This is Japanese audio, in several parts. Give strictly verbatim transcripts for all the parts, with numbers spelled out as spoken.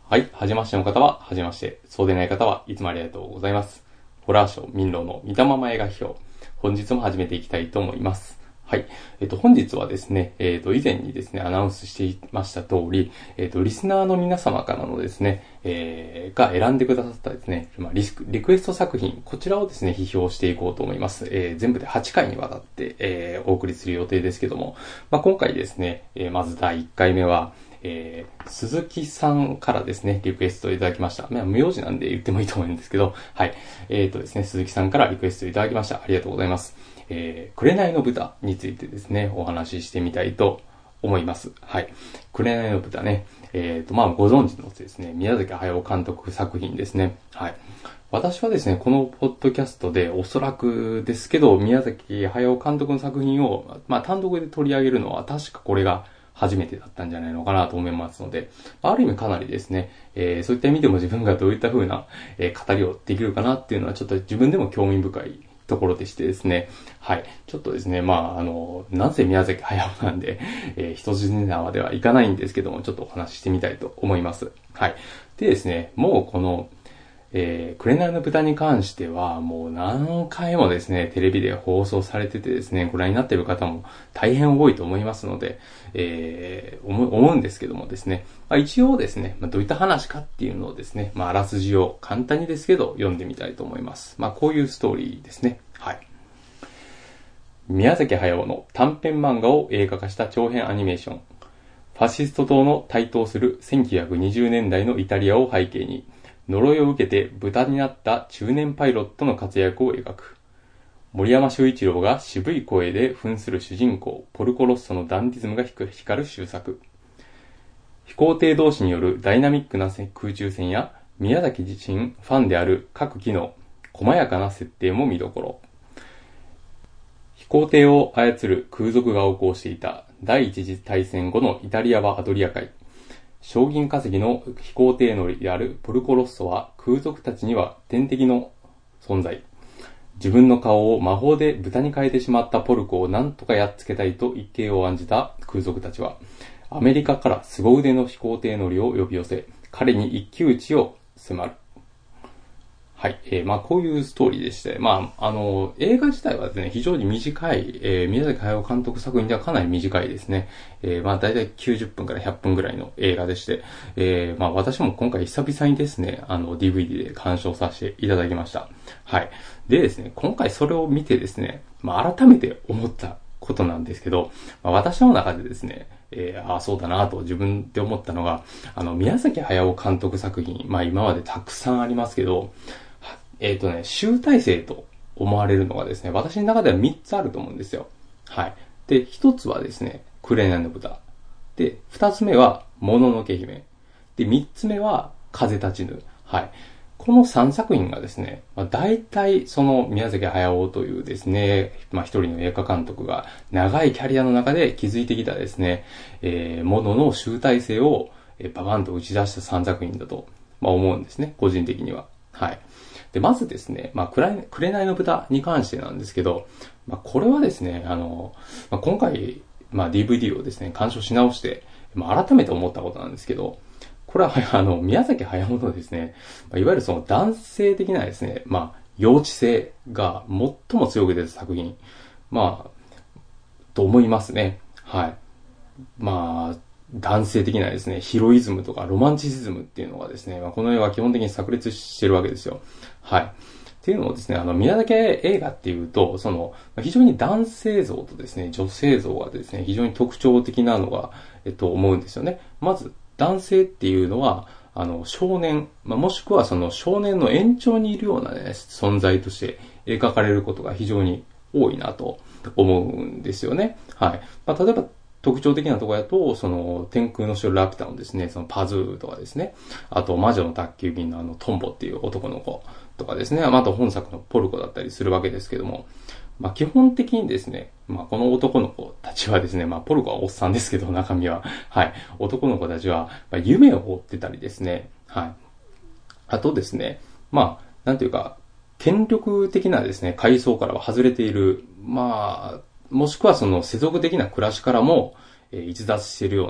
はい。はじめましての方は、はじめまして。そうでない方はいつもありがとうございます。ホラーショー、民郎の見たまま映画批評。本日も始めていきたいと思います。はい。えっと、本日はですね、えっと、以前にですね、アナウンスしていました通り、えっと、リスナーの皆様からのですね、えー、が選んでくださったですね、まあ、リスク、リクエスト作品、こちらをですね、批評していこうと思います。えー、全部ではちかいにわたって、えー、お送りする予定ですけども、まあ、今回ですね、えー、まずだいいっかいめは、えー、鈴木さんからですね、リクエストをいただきました。まあ、無用字なんで言ってもいいと思うんですけど、はい。えーとですね、鈴木さんからリクエストをいただきました。ありがとうございます。えー、紅の豚についてですね、お話ししてみたいと思います。はい。紅の豚ね、えーと、まあ、ご存知のですね、宮崎駿監督作品ですね。はい。私はですね、このポッドキャストでおそらくですけど、宮崎駿監督の作品を、まあ、単独で取り上げるのは確かこれが初めてだったんじゃないのかなと思いますので、ある意味かなりですね、えー、そういった意味でも自分がどういった風な、えー、語りをできるかなっていうのはちょっと自分でも興味深いところでしてですね、はい。ちょっとですね、まあ、あの、なぜ宮崎駿なんで、えー、一筋縄ではいかないんですけども、ちょっとお話ししてみたいと思います。はい。でですね、もうこの、えー、紅の豚に関しては、もう何回もですね、テレビで放送されててですね、ご覧になっている方も大変多いと思いますので、えー、思思うんですけどもですね、まあ、一応ですね、まあ、どういった話かっていうのをですね、まあ、あらすじを簡単にですけど読んでみたいと思います。まあ、こういうストーリーですね。はい。宮崎駿の短編漫画を映画化した長編アニメーション。ファシスト党の台頭するせんきゅうひゃくにじゅうねんだいのイタリアを背景に、呪いを受けて豚になった中年パイロットの活躍を描く。森山修一郎が渋い声で扮する主人公、ポルコロッソのダンディズムが光る秀作。飛行艇同士によるダイナミックな空中戦や、宮崎自身ファンである各機能、細やかな設定も見どころ。飛行艇を操る空賊が横行していた第一次大戦後のイタリアはアドリア海。賞金稼ぎの飛行艇乗りであるポルコロッソは空賊たちには天敵の存在。自分の顔を魔法で豚に変えてしまったポルコを何とかやっつけたいと一計を案じた空賊たちは、アメリカから凄腕の飛行艇乗りを呼び寄せ、彼に一騎打ちを迫る。はい。えー、まあ、こういうストーリーでして、まあ、あの、映画自体はですね、非常に短い、えー、宮崎駿監督作品ではかなり短いですね。えー、まあ、だいたいきゅうじゅっぷんからひゃっぷんぐらいの映画でして、えー、まあ、私も今回久々にですね、あの、ディーブイディー で鑑賞させていただきました。はい。でですね、今回それを見てですね、まあ、改めて思ったことなんですけど、まあ、私の中でですね、えー、ああ、そうだなと自分で思ったのが、あの、宮崎駿監督作品、まあ、今までたくさんありますけど、えっとね、集大成と思われるのがですね、私の中ではみっつあると思うんですよ。はい。で、ひとつはですね、紅の豚。で、ふたつめは、もののけ姫。で、みっつめは、風立ちぬ。はい。このさんさく品がですね、まあ、大体その宮崎駿というですね、まあ一人の映画監督が長いキャリアの中で築いてきたですね、えー、ものの集大成をババンと打ち出したさんさく品だと、まあ、思うんですね、個人的には。はい。で、まずですね、まあ、紅の豚に関してなんですけど、まあ、これはですね、あの、まあ、今回、まあ、ディーブイディー をですね、鑑賞し直して、まあ、改めて思ったことなんですけど、これは、あの、宮崎駿のですね、いわゆるその男性的なですね、まあ、幼稚性が最も強く出た作品、まあ、と思いますね。はい。まあ、男性的なですね、ヒロイズムとかロマンチシズムっていうのがですね、まあ、この絵は基本的に炸裂してるわけですよ。はい。っていうのもですね、あの、宮崎映画っていうと、その、非常に男性像とですね、女性像がですね、非常に特徴的なのが、えっと、思うんですよね。まず、男性っていうのは、あの、少年、まあ、もしくはその少年の延長にいるようなね、存在として描かれることが非常に多いなと思うんですよね。はい。まあ、例えば、特徴的なところだと、その、天空の城ラピュタのですね、そのパズーとかですね、あと魔女の宅急便のあのトンボっていう男の子とかですね、あと本作のポルコだったりするわけですけども、まあ基本的にですね、まあこの男の子たちはですね、まあポルコはおっさんですけど、中身は、はい、男の子たちは、まあ、夢を追ってたりですね、はい。あとですね、まあ、なんていうか、権力的なですね、階層からは外れている、まあ、もしくはその世俗的な暮らしからも、えー、逸脱しているような、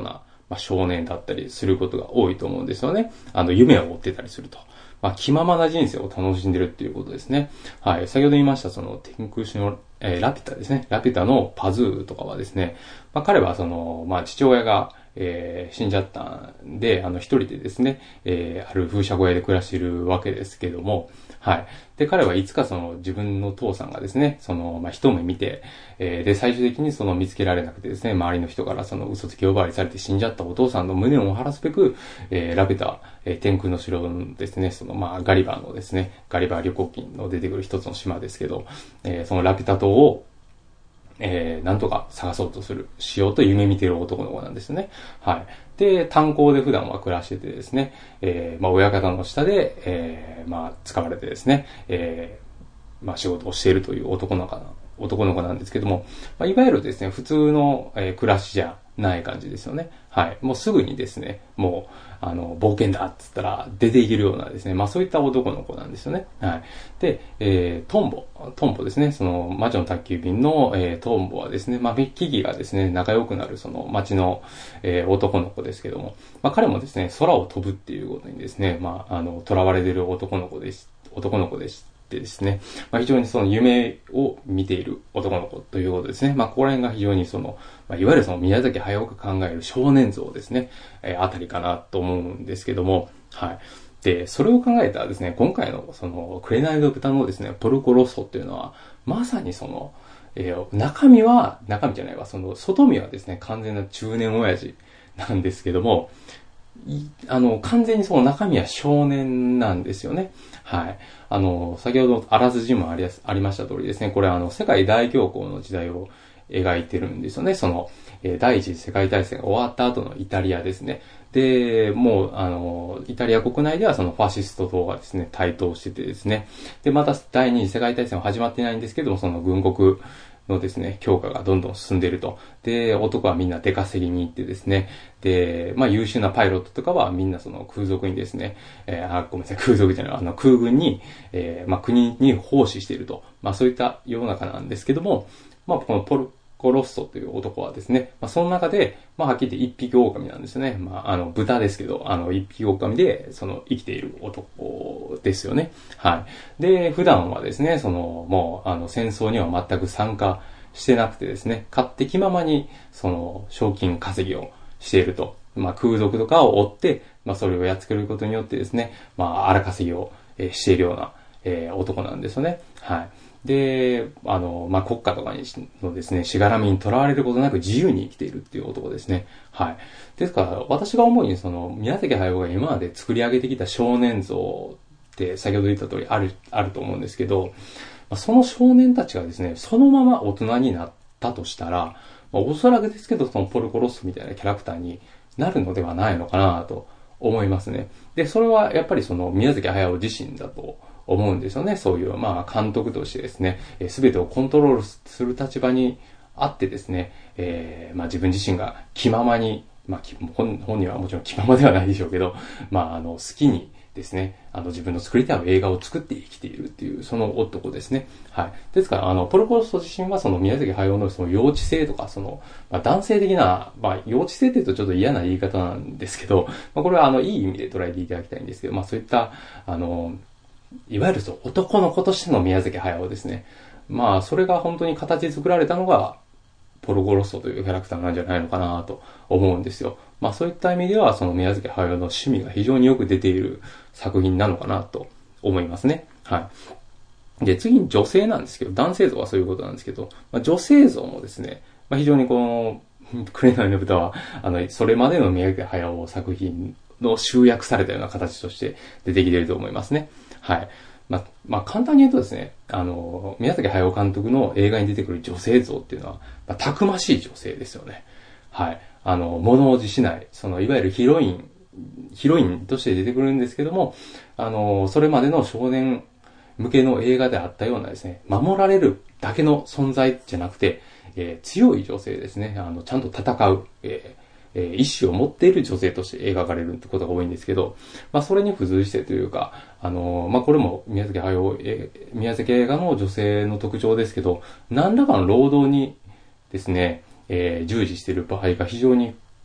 まあ、少年だったりすることが多いと思うんですよね。あの、夢を追ってたりすると。まあ、気ままな人生を楽しんでるっていうことですね。はい。先ほど言いました、その、天空種の、えー、ラピュタですね。ラピュタのパズーとかはですね、まあ、彼はその、まあ、父親が、えー、死んじゃったんで、あの、一人でですね、えー、ある風車小屋で暮らしているわけですけども、はい。で、彼はいつかその自分の父さんがですね、その、まあ、一目見て、えー、で、最終的にその見つけられなくてですね、周りの人からその嘘つき呼ばわりされて死んじゃったお父さんの無念を晴らすべく、えー、ラピュタ、えー、天空の城のですね、その、まあ、ガリバーのですね、ガリバー旅行記の出てくる一つの島ですけど、えー、そのラピュタ島を、えー、なんとか探そうとする、しようと夢見ている男の子なんですね。はい。で、炭鉱で普段は暮らしててですね、えー、まあ、親方の下で、えー、まあ、使われてですね、えー、まあ、仕事をしているという男の子な、男の子なんですけども、まあ、いわゆるですね、普通の、えー、暮らしじゃない感じですよね。はい。もうすぐにですね、もう、あの、冒険だっつったら出ていけるようなですね、まあそういった男の子なんですよね。はい。で、えー、トンボ、トンボですね、その、魔女の宅急便の、えー、トンボはですね、まあ、キキがですね、仲良くなるその街の、えー、男の子ですけども、まあ彼もですね、空を飛ぶっていうことにですね、まあ、あの、囚われている男の子です、男の子でして、でですね、まあ、非常にその夢を見ている男の子ということですね。まあ、ここら辺が非常にその、まあ、いわゆるその宮崎駿が考える少年像ですね、えー、あたりかなと思うんですけども、はい。で、それを考えたらですね、今回のその、紅の豚のですね、ポルコロッソっていうのは、まさにその、えー、中身は、中身じゃないわ、その、外身はですね、完全な中年親父なんですけども、あの、完全にその中身は少年なんですよね。はい。あの、先ほどあらすじもありやすありました通りですね、これはあの、世界大恐慌の時代を描いてるんですよね。その、えー、第一次世界大戦が終わった後のイタリアですね。で、もう、あの、イタリア国内ではそのファシスト党がですね、台頭しててですね。で、また第二次世界大戦は始まってないんですけども、その軍国のですね、強化がどんどん進んでいると。で、男はみんな出稼ぎに行ってですね、で、まあ優秀なパイロットとかはみんなその空賊にですね、えー、あ、ごめんなさい、空賊じゃない、あの空軍に、えー、まあ国に奉仕していると。まあそういった世の中なんですけども、まあこのポルコロッソという男はですね、まあその中で、まあはっきり言って一匹狼なんですよね。まああの豚ですけど、あの一匹狼で、その生きている男ですよね。はい。で、普段はですね、そのもうあの戦争には全く参加してなくてですね、勝手気ままにその賞金稼ぎをしていると。まあ空賊とかを追って、まあそれをやっつけることによってですね、まあ荒稼ぎを、えー、しているような、えー、男なんですよね。はい。で、あの、まあ、国家とかにのですね、しがらみにとらわれることなく自由に生きているっていう男ですね。はい。ですから、私が思うに、その、宮崎駿が今まで作り上げてきた少年像って先ほど言った通りある、あると思うんですけど、その少年たちがですね、そのまま大人になったとしたら、まあ、おそらくですけど、そのポルコロッソみたいなキャラクターになるのではないのかなと思いますね。で、それはやっぱりその宮崎駿自身だと思うんですよね。そういう、まあ、監督としてですね、すべてをコントロールする立場にあってですね、えー、まあ自分自身が気ままに、まあ本、本人はもちろん気ままではないでしょうけど、まあ、あの、好きにですね、あの、自分の作りたい映画を作って生きているっていう、その男ですね。はい。ですから、あの、ポルコロッソ自身はその宮崎駿のその幼稚性とか、その、まあ、男性的な、まあ、幼稚性って言うとちょっと嫌な言い方なんですけど、まあ、これはあの、いい意味で捉えていただきたいんですけど、まあ、そういった、あの、いわゆるそう男の子としての宮崎駿ですね。まあ、それが本当に形作られたのが、ポルコロッソというキャラクターなんじゃないのかなと思うんですよ。まあそういった意味では、その宮崎駿の趣味が非常によく出ている作品なのかなと思いますね。はい。で、次に女性なんですけど、男性像はそういうことなんですけど、まあ、女性像もですね、まあ非常にこの、紅の豚は、あの、それまでの宮崎駿作品の集約されたような形として出てきていると思いますね。はい。まあ、まあ、簡単に言うとですね、あの、宮崎駿監督の映画に出てくる女性像っていうのは、まあ、たくましい女性ですよね。はい。あの、物おじしない、その、いわゆるヒロイン、ヒロインとして出てくるんですけども、あの、それまでの少年向けの映画であったようなですね、守られるだけの存在じゃなくて、えー、強い女性ですね、あの、ちゃんと戦う、えーえー、意志を持っている女性として描かれるってことが多いんですけど、まあそれに付随してというか、あのー、まあこれも宮崎駿、えー、宮崎映画の女性の特徴ですけど、何らかの労働にですね、えー、従事している場合が非常に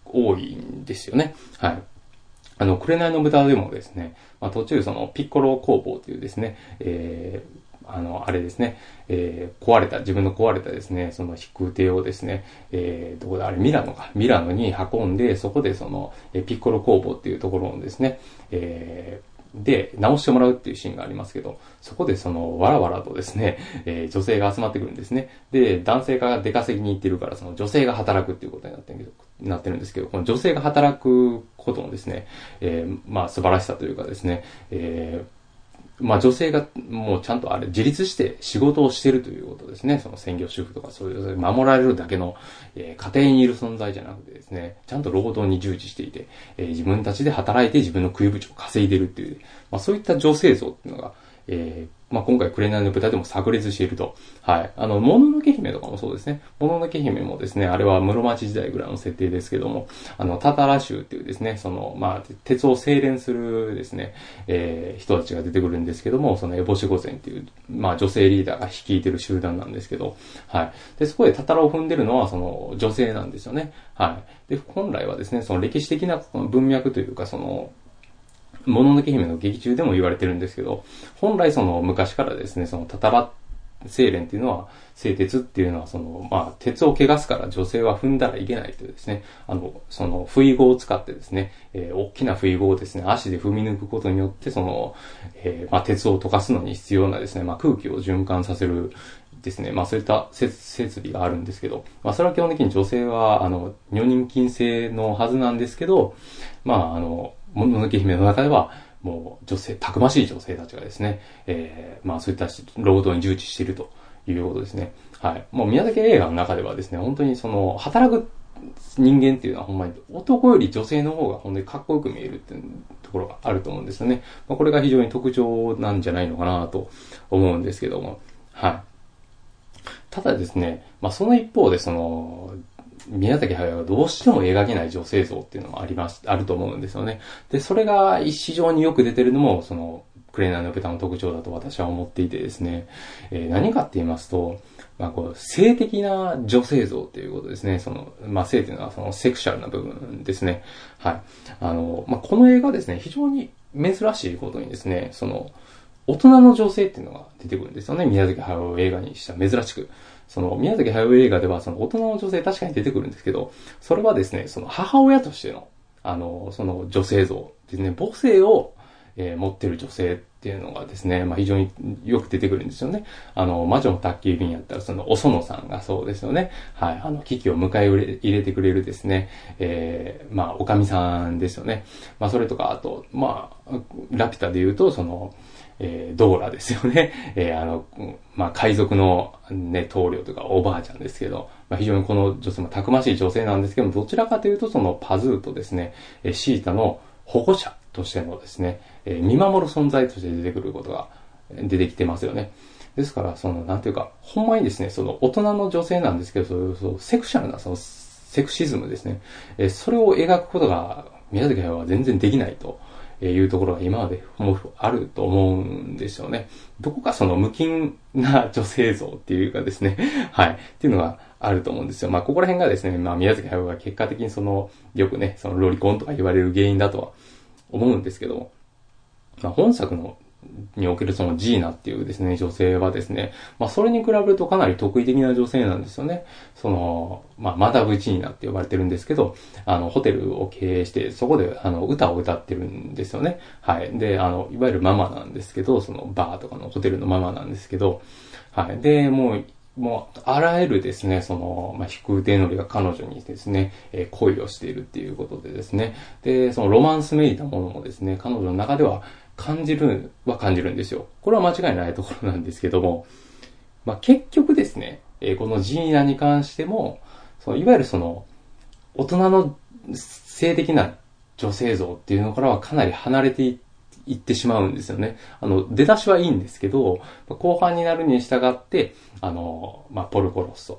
多いんですよね。はい。あの、紅の豚でもですね、まあ、途中そのピッコロ工房というですね、えーあの、あれですね、えー、壊れた、自分の壊れたですね、その飛空艇をですね、えー、どこだ、あれ、ミラノか、ミラノに運んで、そこでその、えー、ピッコロ工房っていうところをですね、えー、で、直してもらうっていうシーンがありますけど、そこでその、わらわらとですね、えー、女性が集まってくるんですね。で、男性が出稼ぎに行ってるから、その女性が働くっていうことになってるけど、なってるんですけど、この女性が働くことのですね、えー、まあ素晴らしさというかですね、えーまあ女性がもうちゃんとあれ自立して仕事をしてるということですね。その専業主婦とかそういう守られるだけの、えー、家庭にいる存在じゃなくてですね、ちゃんと労働に従事していて、えー、自分たちで働いて自分の食いぶちを稼いでるっていう、まあそういった女性像っていうのが、えーまあ、今回、紅の豚でも炸裂していると。はい。あの、もののけ姫とかもそうですね。もののけ姫もですね、あれは室町時代ぐらいの設定ですけども、あの、タタラ州っていうですね、その、まあ、鉄を精錬するですね、えー、人たちが出てくるんですけども、その、エボシ御前っていう、まあ、女性リーダーが率いてる集団なんですけど、はい。で、そこでタタラを踏んでるのは、その、女性なんですよね。はい。で、本来はですね、その歴史的な文脈というか、その、もののけ姫の劇中でも言われてるんですけど、本来その昔からですね、そのタタラ精錬っていうのは、製鉄っていうのはその、まあ、鉄を汚すから女性は踏んだらいけないというですね、あの、その、不意語を使ってですね、えー、大きな不意語をですね、足で踏み抜くことによって、その、えー、まあ、鉄を溶かすのに必要なですね、まあ、空気を循環させるですね、まあそういった設備があるんですけど、まあそれは基本的に女性は、あの、女人禁制のはずなんですけど、まああの、もののけ姫の中では、もう女性、たくましい女性たちがですね、えー、まあそういった労働に従事しているということですね。はい。もう宮崎映画の中ではですね、本当にその、働く人間っていうのはほんまに男より女性の方が本当にかっこよく見えるっていうところがあると思うんですよね。まあこれが非常に特徴なんじゃないのかなと思うんですけども、はい。ただですね、まあその一方でその、宮崎駿がどうしても描けない女性像っていうのもあります、あると思うんですよね。で、それが非常によく出てるのも、その、紅の豚の特徴だと私は思っていてですね、えー、何かって言いますと、まあこう、性的な女性像っていうことですね。その、まあ性っていうのはそのセクシャルな部分ですね。はい。あの、まあこの映画ですね、非常に珍しいことにですね、その、大人の女性っていうのが出てくるんですよね。宮崎駿映画にしたら珍しく。その、宮崎駿映画では、その大人の女性確かに出てくるんですけど、それはですね、その母親としての、あの、その女性像ですね、母性を、えー、持ってる女性っていうのがですね、まあ非常によく出てくるんですよね。あの、魔女の宅急便やったら、その、お園さんがそうですよね。はい。あの、危機を迎え入れてくれるですね、えー、まあ、おかみさんですよね。まあ、それとか、あと、まあ、ラピュタで言うと、その、えー、ドーラですよね。えー、あの、まあ、海賊のね、棟梁というかおばあちゃんですけど、まあ、非常にこの女性もたくましい女性なんですけども、どちらかというとそのパズーとですね、えー、シータの保護者としてのですね、えー、見守る存在として出てくることが出てきてますよね。ですから、その、なんていうか、ほんまにですね、その大人の女性なんですけど、そういう、そうセクシャルな、その、セクシズムですね。えー、それを描くことが、宮崎駿は全然できないと。いうところが今までもあると思うんですよね。どこかその無菌な女性像っていうかですね、はい、っていうのがあると思うんですよ。まあ、ここら辺がですね、まあ、宮崎駿が結果的にその、よくね、そのロリコンとか言われる原因だとは思うんですけども、まあ、本作のにおけるそのジーナっていうですね、女性はですね、まあそれに比べるとかなり得意的な女性なんですよね。その、まあマダブジーナって呼ばれてるんですけど、あの、ホテルを経営して、そこであの、歌を歌ってるんですよね。はい。で、あの、いわゆるママなんですけど、そのバーとかのホテルのママなんですけど、はい。で、もう、もう、あらゆるですね、その、まあ、飛空艇乗りが彼女にですね、えー、恋をしているっていうことでですね、で、そのロマンスめいたものもですね、彼女の中では、感じるは感じるんですよ。これは間違いないところなんですけども、まあ、結局ですね、えー、このジーナに関しても、そのいわゆるその、大人の性的な女性像っていうのからはかなり離れていってしまうんですよね。あの、出だしはいいんですけど、後半になるに従って、あの、まあ、ポルコロッソ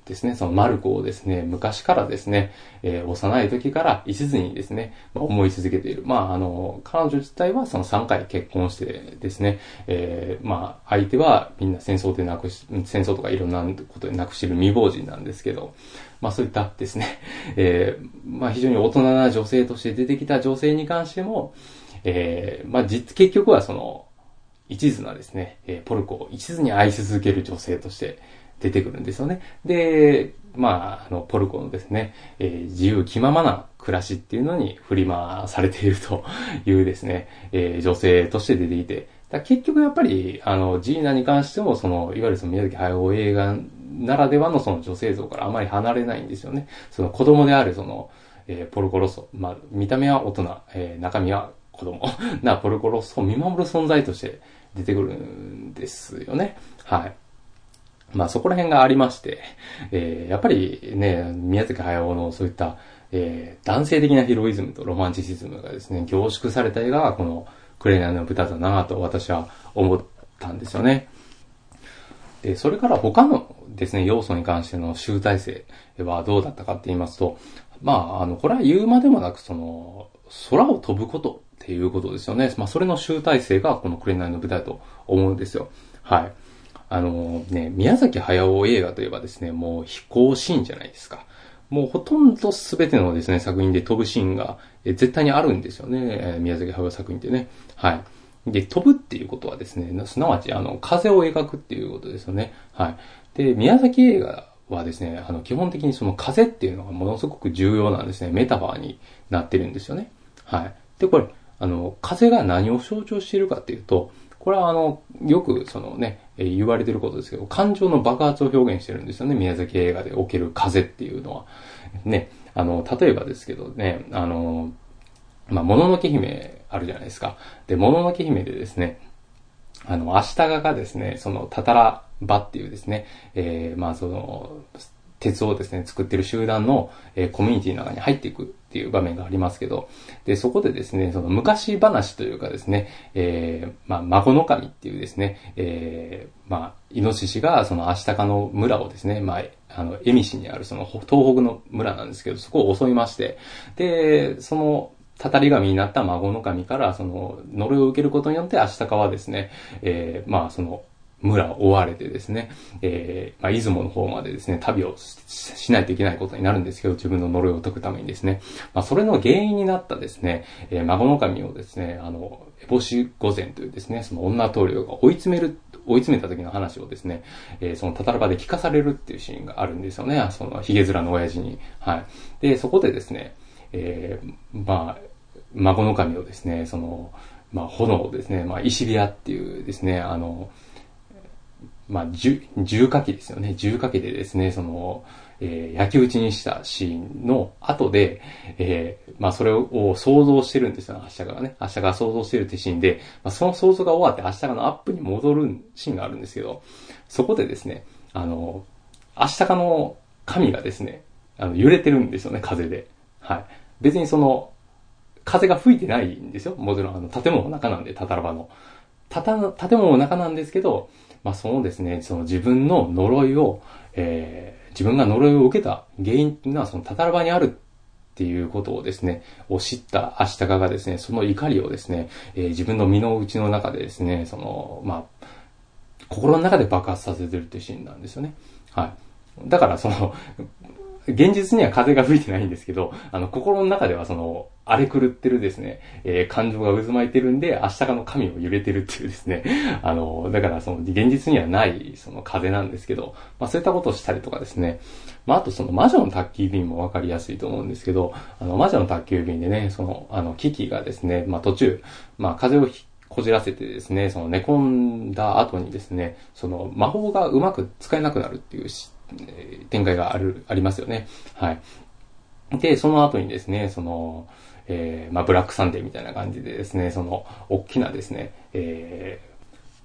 ですね、そのマルコをですね、昔からですね、えー、幼い時から一途にですね、まあ、思い続けている。まあ、あの、彼女自体はそのさんかい結婚してですね、えー、まあ、相手はみんな戦争で亡くし、戦争とかいろんなことで亡くしている未亡人なんですけど、まあそういったですね、えー、まあ非常に大人な女性として出てきた女性に関しても、えー、まあ実、結局はその、一途なですね、えー、ポルコを一途に愛し続ける女性として出てくるんですよね。で、まあ、あの、ポルコのですね、えー、自由気ままな暮らしっていうのに振り回されているというですね、えー、女性として出ていて、だ結局やっぱり、あの、ジーナに関しても、その、いわゆるその宮崎駿映画ならではのその女性像からあまり離れないんですよね。その子供であるその、えー、ポルコロッソ。まあ、見た目は大人、えー、中身は子供なポルコロッソを見守る存在として出てくるんですよね。はい。まあそこら辺がありまして、えー、やっぱりね、宮崎駿のそういった、えー、男性的なヒロイズムとロマンチシズムがですね、凝縮された映画がこの紅の豚だなと私は思ったんですよね。で、それから他のですね、要素に関しての集大成はどうだったかって言いますと、まあ、あの、これは言うまでもなく、その、空を飛ぶことっていうことですよね。まあ、それの集大成がこの紅の豚だと思うんですよ。はい。あのね、宮崎駿映画といえばですね、もう飛行シーンじゃないですか。もうほとんど全てのですね、作品で飛ぶシーンがえ絶対にあるんですよね。宮崎駿作品ってね。はい。で、飛ぶっていうことはですね、すなわちあの、風を描くっていうことですよね。はい。で、宮崎映画はですね、あの、基本的にその風っていうのがものすごく重要なんですね。メタファーになってるんですよね。はい。で、これ、あの、風が何を象徴しているかっていうと、これはあの、よくそのね、えー、言われてることですけど、感情の爆発を表現してるんですよね。宮崎映画で起きる風っていうのは。ね、あの、例えばですけどね、あの、まあ、もののけ姫あるじゃないですか。で、もののけ姫でですね、あの、足利がですね、その、たたら場っていうですね、えー、まあ、その、鉄をですね、作ってる集団の、えー、コミュニティの中に入っていくっていう場面がありますけど、で、そこでですね、その昔話というかですね、えー、まあ、孫の神っていうですね、えー、まあ、イノシシがそのアシタカの村をですね、まあ、あの、エミシにあるその東北の村なんですけど、そこを襲いまして、で、その、たたり神になった孫の神から、その、呪いを受けることによって、アシタカはですね、えー、まあ、その、村を追われてですね、えー、まあ、出雲の方までですね、旅をしないといけないことになるんですけど、自分の呪いを解くためにですね、まあ、それの原因になったですね、えー、孫の神をですね、あの、エボシ御前というですね、その女棟梁が追い詰める、追い詰めた時の話をですね、えー、そのたたら場で聞かされるっていうシーンがあるんですよね、その、ヒゲ面の親父に。はい。で、そこでですね、えー、まあ、孫の神をですね、その、まあ、炎をですね、まあ、石火矢っていうですね、あの、まあ、重、重火器ですよね。重火器でですね、その、えー、焼き討ちにしたシーンの後で、えー、まあ、それを想像してるんですよ、アシタカがね。アシタカが想像してるってシーンで、まあ、その想像が終わってアシタカのアップに戻るシーンがあるんですけど、そこでですね、あの、アシタカの神がですね、あの、揺れてるんですよね、風で。はい。別にその、風が吹いてないんですよ。もちろん、あの、建物の中なんで、タタラバの。たた、建物の中なんですけど、まあ、そのですね、その自分の呪いを、えー、自分が呪いを受けた原因っていうのは、そのタタラバにあるっていうことをですね、を知ったアシタカがですね、その怒りをですね、えー、自分の身の内の中でですね、その、まあ、心の中で爆発させてるっていうシーンなんですよね。はい。だから、その、現実には風が吹いてないんですけど、あの、心の中ではその、荒れ狂ってるですね、えー、感情が渦巻いてるんで、明日かの神を揺れてるっていうですね、あの、だからその、現実にはない、その風なんですけど、まあそういったことをしたりとかですね、まああとその、魔女の宅急便もわかりやすいと思うんですけど、あの、魔女の宅急便でね、その、あの、キキがですね、まあ途中、まあ風邪をひこじらせてですね、その寝込んだ後にですね、その魔法がうまく使えなくなるっていう展開がある、ありますよね。はい。で、その後にですね、その、えー、まあ、ブラックサンデーみたいな感じでですね、その、大きなですね、え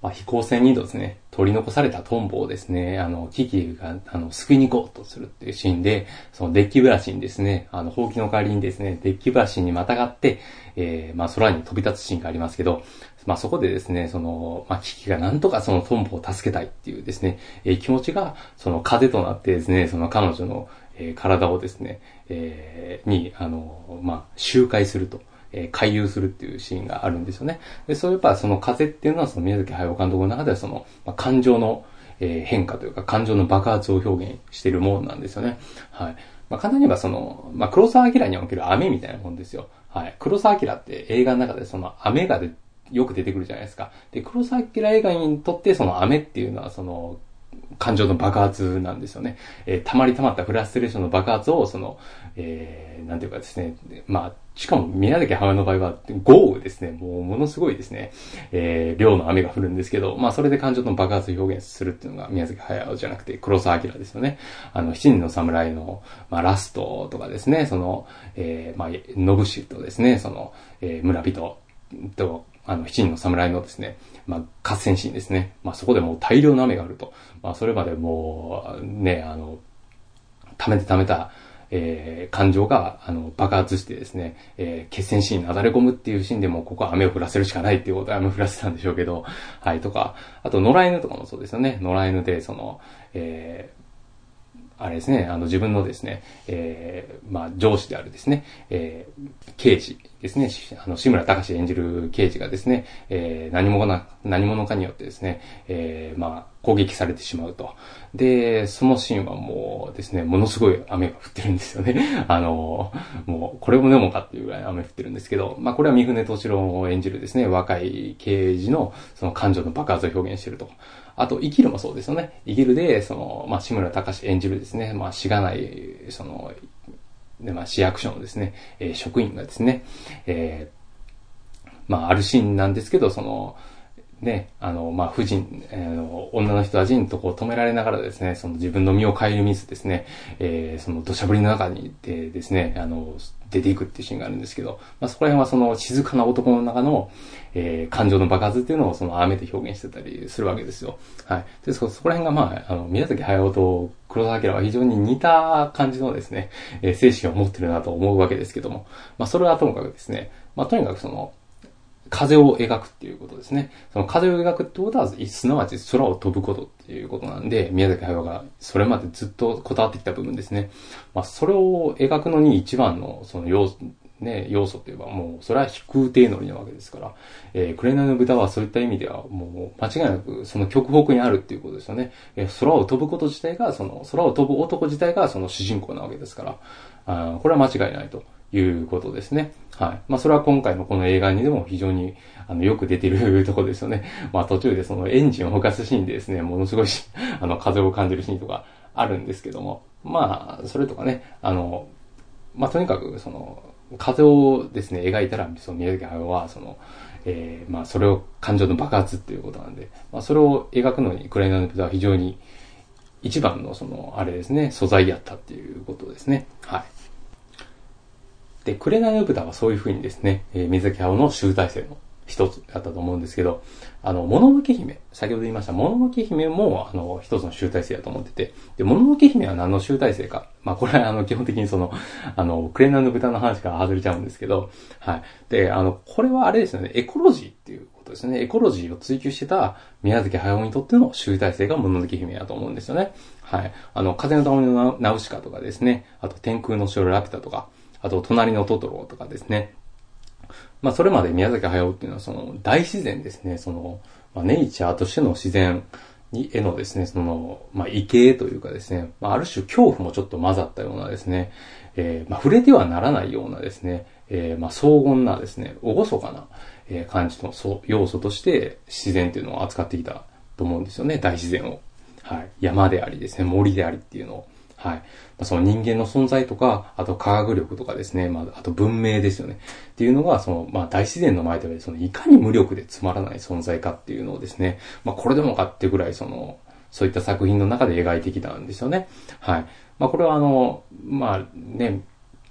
まあ、飛行船にですね、取り残されたトンボをですね、あの、キキが、あの、救いに行こうとするっていうシーンで、そのデッキブラシにですね、あの、ほうきの代わりにですね、デッキブラシにまたがって、えー、まあ、空に飛び立つシーンがありますけど、まあ、そこでですね、その、まあ、キキがなんとかそのトンボを助けたいっていうですね、えー、気持ちが、その風となってですね、その彼女の、えー、体をですね、えー、に、あの、まあ、周回すると。えー、回遊するっていうシーンがあるんですよね。で、そういえばその風っていうのはその宮崎駿監督の中ではその、まあ、感情の、えー、変化というか感情の爆発を表現しているものなんですよね。はい。まあ、簡単に言えばその、まあ、黒澤明における雨みたいなもんですよ。はい。黒澤明って映画の中でその雨がでよく出てくるじゃないですか。で、黒澤明映画にとってその雨っていうのはその、感情の爆発なんですよね。えー、溜まり溜まったフラストレーションの爆発を、その、えー、なんていうかですね、まあ、しかも宮崎駿の場合は豪雨ですね。もうものすごいですね、えー、量の雨が降るんですけど、まあそれで感情の爆発を表現するっていうのが宮崎駿じゃなくて黒澤明ですよね。あの、七人の侍の、まあラストとかですね、その、えー、まあ、信氏とですね、その、えー、村人と、あの、七人の侍のですね、まあ、合戦シーンですね。まあ、そこでもう大量の雨が降ると。まあ、それまでもう、ね、あの、溜めて溜めた、えー、感情が、あの、爆発してですね、えー、決戦シーンになだれ込むっていうシーンでも、ここは雨を降らせるしかないっていうことで雨を降らせたんでしょうけど、はい、とか、あと、野良犬とかもそうですよね。野良犬で、その、えー、あれですね、あの自分のですね、えー、まあ上司であるですね、えー、刑事ですね、あの、志村隆演じる刑事がですね、えー、何者な、何者かによってですね、えー、まあ攻撃されてしまうと。で、そのシーンはもうですね、ものすごい雨が降ってるんですよね。あの、もう、これもでもかっていうぐらい雨降ってるんですけど、まあこれは三船敏郎を演じるですね、若い刑事のその感情の爆発を表現していると。あと、生きるもそうですよね。生きるで、その、まあ、志村隆演じるですね、まあ、しがない、その、で、まあ、市役所のですね、えー、職員がですね、えー、まあ、あるシーンなんですけど、その、ね、あの、まあ、婦人、えー、女の人たちにとこう止められながらですね、その自分の身を顧みずですね、えー、その土砂降りの中にでですね、あの、出ていくっていうシーンがあるんですけど、まあ、そこら辺はその静かな男の中の、えー、感情の爆発っていうのをその雨で表現してたりするわけですよ。はい。で、そ、そこら辺がまあ、あの、宮崎駿と黒澤明は非常に似た感じのですね、えー、精神を持ってるなと思うわけですけども、まあ、それはともかくですね、まあ、とにかくその、風を描くっていうことですね。その風を描くってことは、すなわち空を飛ぶことっていうことなんで、宮崎駿がそれまでずっとこだわってきた部分ですね。まあ、それを描くのに一番のその要素、ね、要素って言えばもう、それは飛空艇乗りなわけですから、えー、紅の豚はそういった意味ではもう間違いなくその極北にあるっていうことですよね。えー、空を飛ぶこと自体が、その空を飛ぶ男自体がその主人公なわけですから、あこれは間違いないということですね。はい。まあ、それは今回のこの映画にでも非常に、あの、よく出てるところですよね。まあ、途中でそのエンジンを動かすシーンでですね、ものすごいあの、風を感じるシーンとかあるんですけども、まあ、それとかね、あの、まあ、とにかく、その、風をですね、描いたら、その宮崎駿は、その、えー、まあ、それを感情の爆発っていうことなんで、まあ、それを描くのに、紅の豚は非常に一番の、その、あれですね、素材やったっていうことですね。はい。で、紅の豚はそういう風にですね、えー、水崎駿の集大成の一つだったと思うんですけど、あの、もののけ姫、先ほど言いました、もののけ姫も、あの、一つの集大成だと思ってて、で、もののけ姫は何の集大成か。まあ、これは、あの、基本的にその、あの、紅の豚の話から外れちゃうんですけど、はい。で、あの、これはあれですよね、エコロジーっていうことですね。エコロジーを追求してた宮崎駿にとっての集大成がもののけ姫だと思うんですよね。はい。あの、風の谷のナウシカとかですね、あと天空の城ラピュタとか、あと、隣のトトロとかですね。まあ、それまで宮崎駿っていうのは、その、大自然ですね。その、まあ、ネイチャーとしての自然に、へのですね、その、まあ、畏敬というかですね、まあ、ある種恐怖もちょっと混ざったようなですね、えー、まあ、触れてはならないようなですね、えー、まあ、荘厳なですね、厳かな、えー、感じの要素として自然っていうのを扱ってきたと思うんですよね、大自然を。はい。山でありですね、森でありっていうのを。はい。その人間の存在とか、あと科学力とかですね、まあ、あと文明ですよね。っていうのが、その、まあ、大自然の前では、その、いかに無力でつまらない存在かっていうのをですね、まあ、これでもかってぐらい、その、そういった作品の中で描いてきたんですよね。はい。まあ、これはあの、まあ、ね、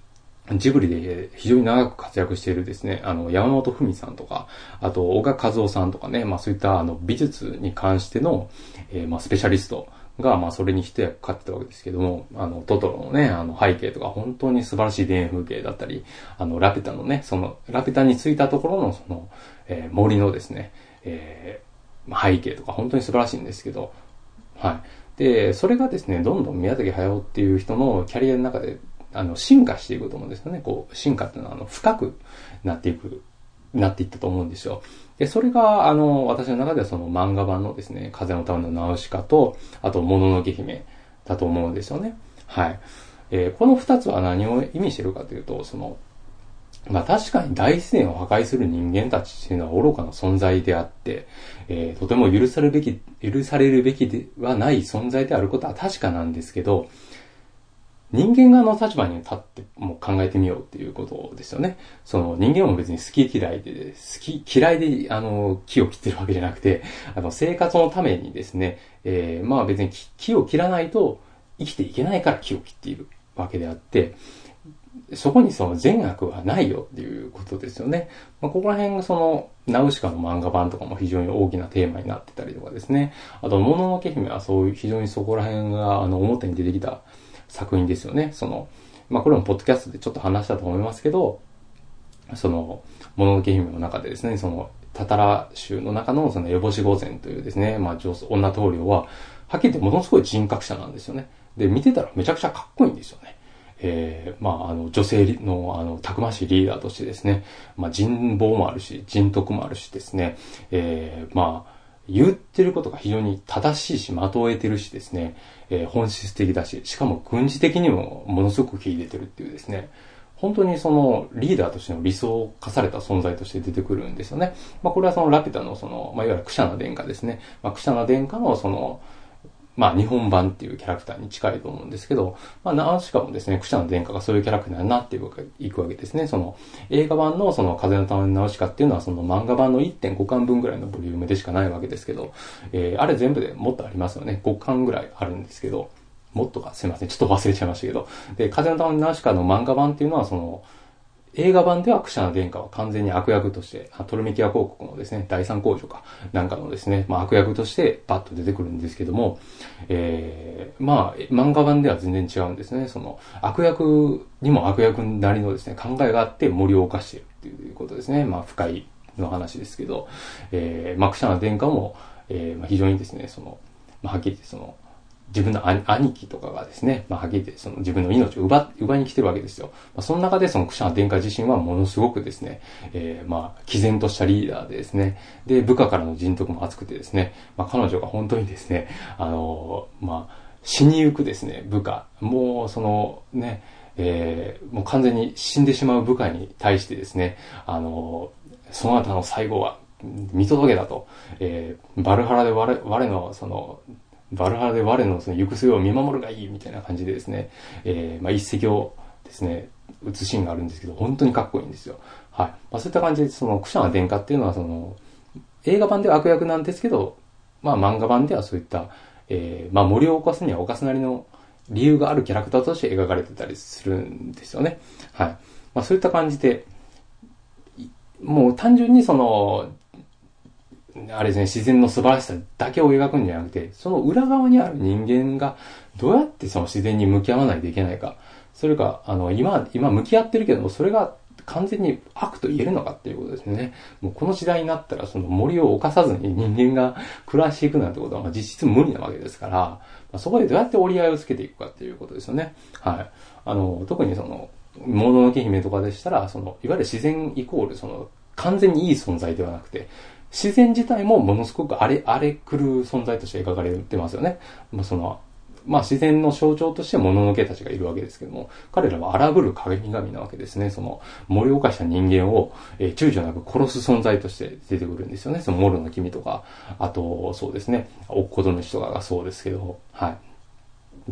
ジブリで非常に長く活躍しているですね、あの、山本文さんとか、あと、小賀和夫さんとかね、まあそういったあの美術に関しての、えー、まあスペシャリストが、まあそれに一役買ってたわけですけども、あの、トトロのね、あの背景とか本当に素晴らしい田園風景だったり、あの、ラピュタのね、その、ラピュタに着いたところのその、えー、森のですね、えー、背景とか本当に素晴らしいんですけど、はい。で、それがですね、どんどん宮崎駿っていう人のキャリアの中で、あの、進化していくと思うんですよね。こう、進化っていうのは、あの、深くなっていく、なっていったと思うんですよ。で、それが、あの、私の中ではその漫画版のですね、風の谷のナウシカと、あと、もののけ姫だと思うんですよね。はい。えー、この二つは何を意味してるかというと、その、まあ確かに大自然を破壊する人間たちっていうのは愚かな存在であって、えー、とても許されるべき、許されるべきではない存在であることは確かなんですけど、人間側の立場に立っても考えてみようっていうことですよね。その人間も別に好き嫌いで、好き嫌いであの木を切ってるわけじゃなくて、あの生活のためにですね、えー、まあ別に木を切らないと生きていけないから木を切っているわけであって、そこにその善悪はないよっていうことですよね。まあ、ここら辺がそのナウシカの漫画版とかも非常に大きなテーマになってたりとかですね。あと、もののけ姫はそういう非常にそこら辺があの表に出てきた作品ですよね。その、まあ、これもポッドキャストでちょっと話したと思いますけど、その、もののけ姫の中でですね、その、タタラ州の中のその、エボシ御前というですね、まあ、女女棟梁は、はっきり言ってものすごい人格者なんですよね。で、見てたらめちゃくちゃかっこいいんですよね。えー、まあ、あの、女性の、あの、たくましいリーダーとしてですね、まあ、人望もあるし、人徳もあるしですね、えー、まあ、言ってることが非常に正しいし、的を得てるしですね、えー、本質的だし、しかも軍事的にもものすごく秀でてるっていうですね、本当にそのリーダーとしての理想化された存在として出てくるんですよね。まあこれはそのラピュタのその、まあいわゆるクシャナ殿下ですね。まあクシャナ殿下のその、まあ日本版っていうキャラクターに近いと思うんですけど、まあナウシカもですね、クシャナ殿下がそういうキャラクターになっていくわけですね。その映画版のその風の谷のナウシカっていうのはその漫画版の いってんご 巻分ぐらいのボリュームでしかないわけですけど、えー、あれ全部でもっとありますよね。ごかんぐらいあるんですけど、もっとかすいません。ちょっと忘れちゃいましたけど。で、風の谷のナウシカの漫画版っていうのはその、映画版ではクシャナ殿下は完全に悪役として、トルメキア公国のですね、第三工場か、なんかのですね、まあ悪役としてバッと出てくるんですけども、えー、まあ漫画版では全然違うんですね。その悪役にも悪役なりのですね、考えがあって森を犯しているっていうことですね。まあ深いの話ですけど、えー、まあクシャナ殿下も、えー、まあ非常にですね、その、まあはっきり言ってその、自分の兄貴とかがですね、まあ、はっきり言ってその自分の命を奪、奪いに来てるわけですよ。まあ、その中でそのクシャナ殿下自身はものすごくですね、えー、まあ、毅然としたリーダーでですね、で、部下からの人徳も厚くてですね、まあ、彼女が本当にですね、あのー、まあ、死にゆくですね、部下、もうそのね、えー、もう完全に死んでしまう部下に対してですね、あのー、その後の最後は見届けだと、えー、バルハラで我我のその、バルハラで我のその行く末を見守るがいいみたいな感じでですね、えー、まあ一石をですね、打つシーンがあるんですけど、本当にかっこいいんですよ。はい。まあそういった感じで、そのクシャナ殿下っていうのはその、映画版では悪役なんですけど、まあ漫画版ではそういった、えー、まあ森を犯すには犯すなりの理由があるキャラクターとして描かれてたりするんですよね。はい。まあそういった感じで、もう単純にその、あれですね、自然の素晴らしさだけを描くんじゃなくて、その裏側にある人間がどうやってその自然に向き合わないといけないか。それか、あの、今、今向き合ってるけども、それが完全に悪と言えるのかっていうことですね。もうこの時代になったら、その森を侵さずに人間が暮らしていくなんてことは、まあ、実質無理なわけですから、まあ、そこでどうやって折り合いをつけていくかっていうことですよね。はい。あの、特にその、もののけ姫とかでしたら、その、いわゆる自然イコール、その、完全にいい存在ではなくて、自然自体もものすごく荒れ、荒れ狂う存在として描かれてますよね。まあ、その、まあ、自然の象徴としてもののけたちがいるわけですけども、彼らは荒ぶる神々なわけですね。その、森を犯した人間を、えー、躊躇なく殺す存在として出てくるんですよね。その、モルの君とか、あと、そうですね、おっこと主とかがそうですけど、はい。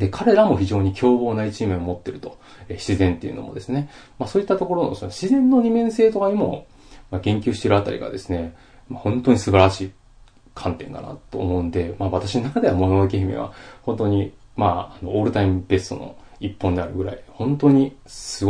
で、彼らも非常に凶暴な一面を持ってると。えー、自然っていうのもですね。まあ、そういったところの、その自然の二面性とかにも、まあ、言及しているあたりがですね、本当に素晴らしい観点だなと思うんで、まあ私の中ではもののけ姫は本当に、まあ、あの、オールタイムベストの一本であるぐらい、本当にすごい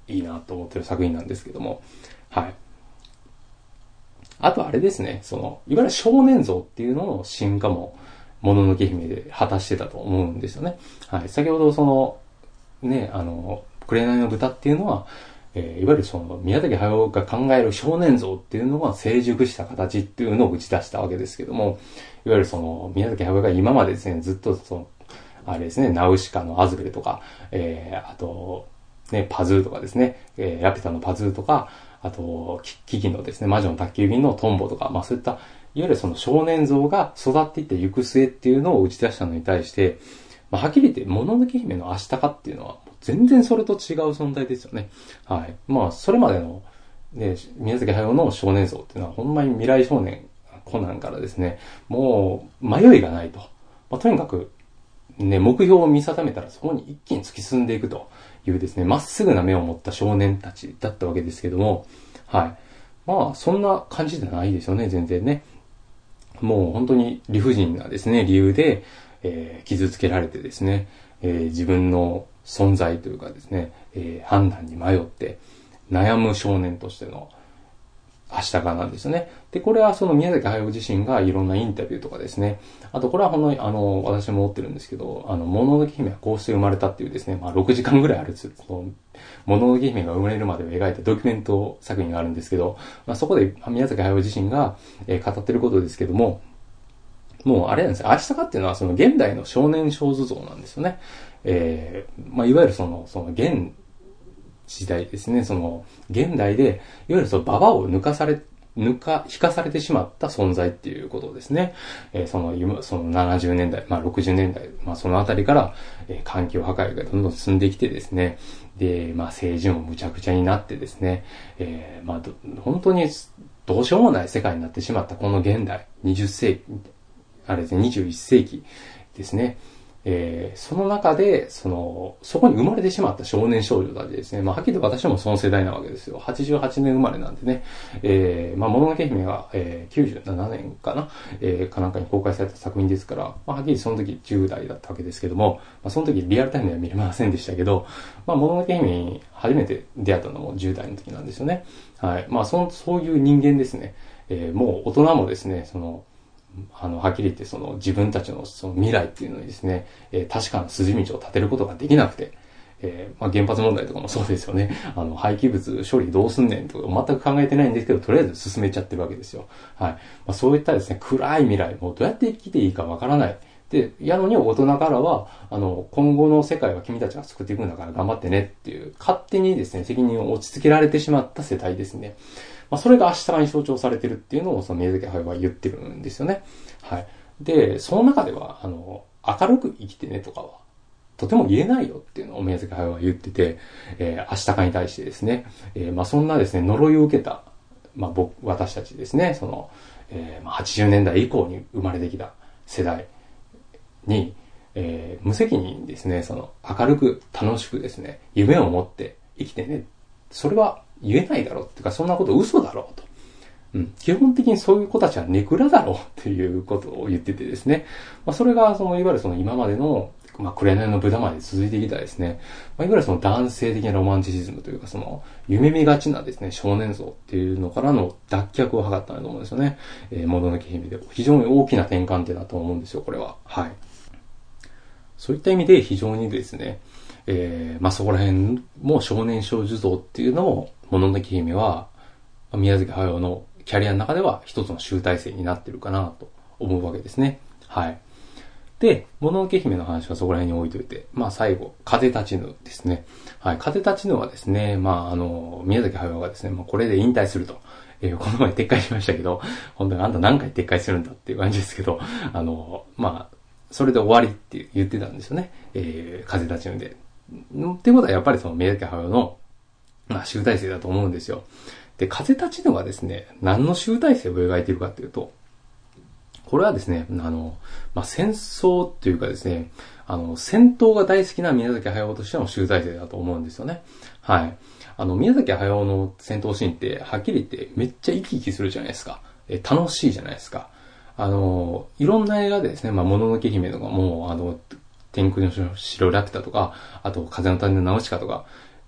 いいなと思ってる作品なんですけども、はい。あとあれですね、その、いわゆる少年像っていうのの進化も、もののけ姫で果たしてたと思うんですよね。はい。先ほどその、ね、あの、紅の豚っていうのは、えー、いわゆるその、宮崎駿が考える少年像っていうのは成熟した形っていうのを打ち出したわけですけども、いわゆるその、宮崎駿が今までですね、ずっとその、あれですね、ナウシカのアズベルとか、えー、あと、ね、パズーとかですね、えー、ラピュタのパズーとか、あと、キキのですね、魔女の宅急便のトンボとか、まあそういった、いわゆるその少年像が育っていって行く末っていうのを打ち出したのに対して、まあはっきり言って、もののけ姫のアシタカっていうのは、全然それと違う存在ですよね。はい。まあ、それまでの、ね、宮崎駿の少年像っていうのは、ほんまに未来少年、コナンからですね、もう、迷いがないと。まあ、とにかく、ね、目標を見定めたらそこに一気に突き進んでいくというですね、まっすぐな目を持った少年たちだったわけですけども、はい。まあ、そんな感じじゃないですよね、全然ね。もう本当に理不尽なですね、理由で、えー、傷つけられてですね、えー、自分の存在というかですね、えー、判断に迷って悩む少年としてのアシタカなんですよね。で、これはその宮崎駿自身がいろんなインタビューとかですね、あとこれはほんの、あの、私も持ってるんですけど、あの、もののけ姫はこうして生まれたっていうですね、まあろくじかんぐらいある、その、もののけ姫が生まれるまでを描いたドキュメント作品があるんですけど、まあそこで宮崎駿自身が、えー、語ってることですけども、もうあれなんですよ。アシタカっていうのはその現代の少年少女像なんですよね。えー、まあいわゆるその、その現時代ですね。その、現代で、いわゆるそのババを抜かされ、抜か、引かされてしまった存在っていうことですね。えー、その、そのななじゅうねんだい、まあろくじゅうねんだい、まあそのあたりから、えー、環境破壊がどんどん進んできてですね。で、まあ政治もむちゃくちゃになってですね。えー、まあ本当にどうしようもない世界になってしまったこの現代、にじゅっせいき、あれですね、にじゅういっせいきですね。えー、その中で、その、そこに生まれてしまった少年少女たちですね。まあ、はっきりと私もその世代なわけですよ。はちじゅうはちねん生まれなんでね。えー、まあ、もののけ姫が、えー、きゅうじゅうななねんかな、えー、かなんかに公開された作品ですから、まあ、はっきりその時じゅう代だったわけですけども、まあ、その時リアルタイムでは見れませんでしたけど、まあ、もののけ姫に初めて出会ったのもじゅう代の時なんですよね。はい。まあ、そ、そういう人間ですね。えー、もう大人もですね、その、あの、はっきり言ってその自分たちのその未来っていうのにですね、えー、確かな筋道を立てることができなくて、えー、まあ原発問題とかもそうですよね。あの、廃棄物処理どうすんねんとか全く考えてないんですけど、とりあえず進めちゃってるわけですよ。はい。まあそういったですね、暗い未来、もうどうやって生きていいかわからない。で、やのに大人からは、あの、今後の世界は君たちが作っていくんだから頑張ってねっていう、勝手にですね、責任を落ち着けられてしまった世帯ですね。まあ、それが明日に象徴されてるっていうのを、その宮崎駿は言ってるんですよね。はい。で、その中では、あの、明るく生きてねとかは、とても言えないよっていうのを宮崎駿は言ってて、えー、明日かに対してですね、えー、まあそんなですね、呪いを受けた、まあ僕、私たちですね、その、えー、まあはちじゅうねんだい以降に生まれてきた世代に、えー、無責任ですね、その、明るく楽しくですね、夢を持って生きてね、それは言えないだろうっていうか、そんなこと嘘だろうと。うん、基本的にそういう子たちはネクラだろうっていうことを言っててですね。まあ、それが、その、いわゆるその今までの、まあ、紅の豚まで続いてきたですね。まあ、いわゆるその男性的なロマンチシズムというか、その、夢見がちなですね、少年像っていうのからの脱却を図ったんだと思うんですよね。えー、もののけ姫で。非常に大きな転換点だと思うんですよ、これは。はい。そういった意味で非常にですね、えー、まあ、そこら辺も少年少女像っていうのを、もののけ姫は、宮崎駿のキャリアの中では一つの集大成になってるかなと思うわけですね。はい。で、もののけ姫の話はそこら辺に置いといて、まあ最後、風立ちぬですね。はい。風立ちぬはですね、まああの、宮崎駿がですね、もうこれで引退すると。えー、この前撤回しましたけど、本当にあんた何回撤回するんだっていう感じですけど、あの、まあ、それで終わりって言ってたんですよね。えー、風立ちぬで。ってことはやっぱりその宮崎駿の、まあ集大成だと思うんですよ。で、風立ちぬはですね、何の集大成を描いているかというと、これはですね、あの、まあ、戦争というかですね、あの、戦闘が大好きな宮崎駿としての集大成だと思うんですよね。はい。あの、宮崎駿の戦闘シーンって、はっきり言ってめっちゃ生き生きするじゃないですか。え、楽しいじゃないですか。あの、いろんな映画でですね、まあ、もののけ姫とかも、あの、天空の城ラピュタとか、あと、風の谷のナウシカとか、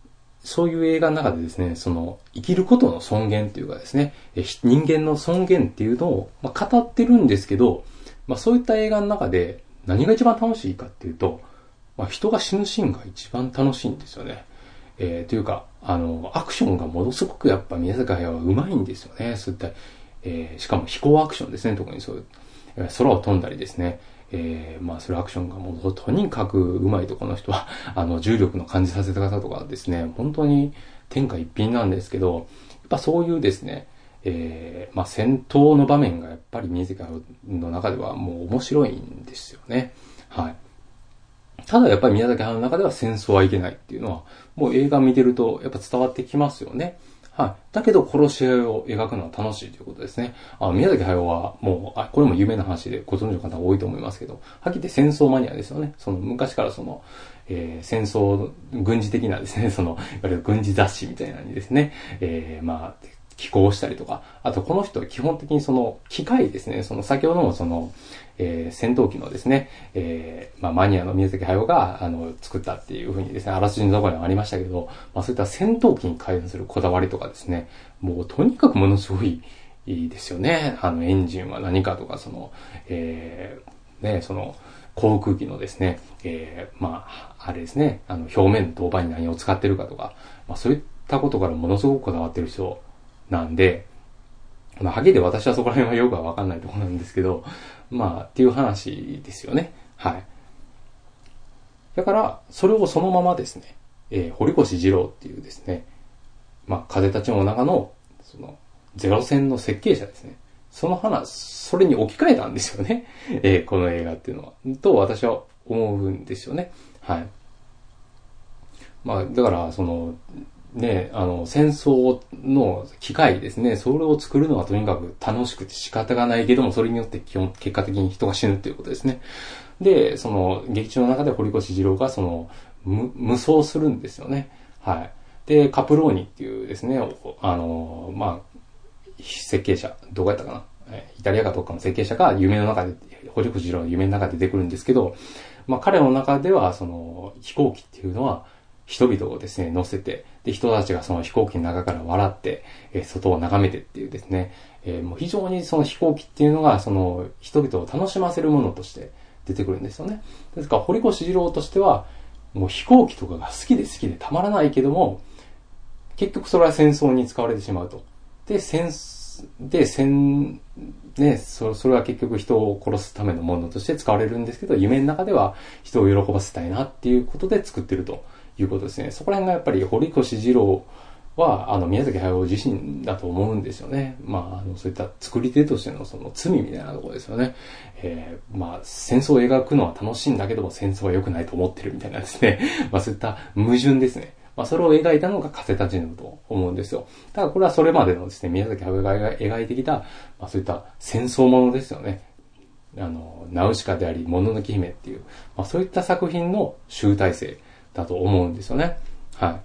そういう映画の中でですね、その、生きることの尊厳っていうかですね、人間の尊厳っていうのを、まあ、語ってるんですけど、まあ、そういった映画の中で何が一番楽しいかっていうと、まあ、人が死ぬシーンが一番楽しいんですよね。えー、というか、あの、アクションがものすごくやっぱ宮崎駿は上手いんですよね。そういった、えー、しかも飛行アクションですね、特にそういう、空を飛んだりですね。えー、まあ、それアクションがもうとにかく上手いとこの人は、あの、重力の感じさせ方とかですね、本当に天下一品なんですけど、やっぱそういうですね、えー、まあ、戦闘の場面がやっぱり宮崎駿の中ではもう面白いんですよね。はい。ただやっぱり宮崎駿の中では戦争はいけないっていうのは、もう映画見てるとやっぱ伝わってきますよね。はい。だけど殺し合いを描くのは楽しいということですね。あ宮崎駿はもう、あ、これも有名な話でご存知の方多いと思いますけど、はっきり言って戦争マニアですよね。その昔からその、えー、戦争、軍事的なですね、その、いわゆる軍事雑誌みたいなのにですね、えー、まあ、寄稿したりとか、あとこの人は基本的にその機械ですね、その先ほどもその、えー、戦闘機のですね、えー、まあマニアの宮崎駿があの作ったっていうふうにですね、あらすじのところにもありましたけど、まあそういった戦闘機に関するこだわりとかですね、もうとにかくものすごいいいですよね。あのエンジンは何かとか、その、えー、ね、その、航空機のですね、えー、まあ、あれですね、あの表面の銅板に何を使ってるかとか、まあそういったことからものすごくこだわってる人なんで、まあ、はっきり言って私はそこら辺はよくはわかんないところなんですけど、まあ、っていう話ですよね。はい。だから、それをそのままですね、えー、堀越二郎っていうですね、まあ、風立ちの中の、その、ゼロ戦の設計者ですね。その話、それに置き換えたんですよね。えー、この映画っていうのは。と、私は思うんですよね。はい。まあ、だから、その、ね、あの、戦争の機械ですね、それを作るのはとにかく楽しくて仕方がないけども、それによって基本、結果的に人が死ぬっていうことですね。で、その、劇中の中で堀越二郎が、その、無、無双するんですよね。はい。で、カプローニっていうですね、あの、まあ、設計者、どこやったかな、イタリアかどっかの設計者が夢の中で、堀越二郎の夢の中で出てくるんですけど、まあ、彼の中では、その、飛行機っていうのは、人々をですね、乗せて、で、人たちがその飛行機の中から笑って、えー、外を眺めてっていうですね、えー、もう非常にその飛行機っていうのが、その人々を楽しませるものとして出てくるんですよね。ですから、堀越二郎としては、もう飛行機とかが好きで好きでたまらないけども、結局それは戦争に使われてしまうと。で、戦、で、戦、ね、そ、それは結局人を殺すためのものとして使われるんですけど、夢の中では人を喜ばせたいなっていうことで作ってると。いうことですね。そこら辺がやっぱり堀越二郎は、あの、宮崎駿自身だと思うんですよね。まあ、あの、そういった作り手としてのその罪みたいなところですよね。えー、まあ、戦争を描くのは楽しいんだけども、戦争は良くないと思ってるみたいなですね。まあ、そういった矛盾ですね。まあ、それを描いたのが風立ちぬと思うんですよ。ただこれはそれまでのですね、宮崎駿が描いてきた、まあ、そういった戦争ものですよね。あの、ナウシカであり、もののけ姫っていう、まあ、そういった作品の集大成だと思うんですよね。はい。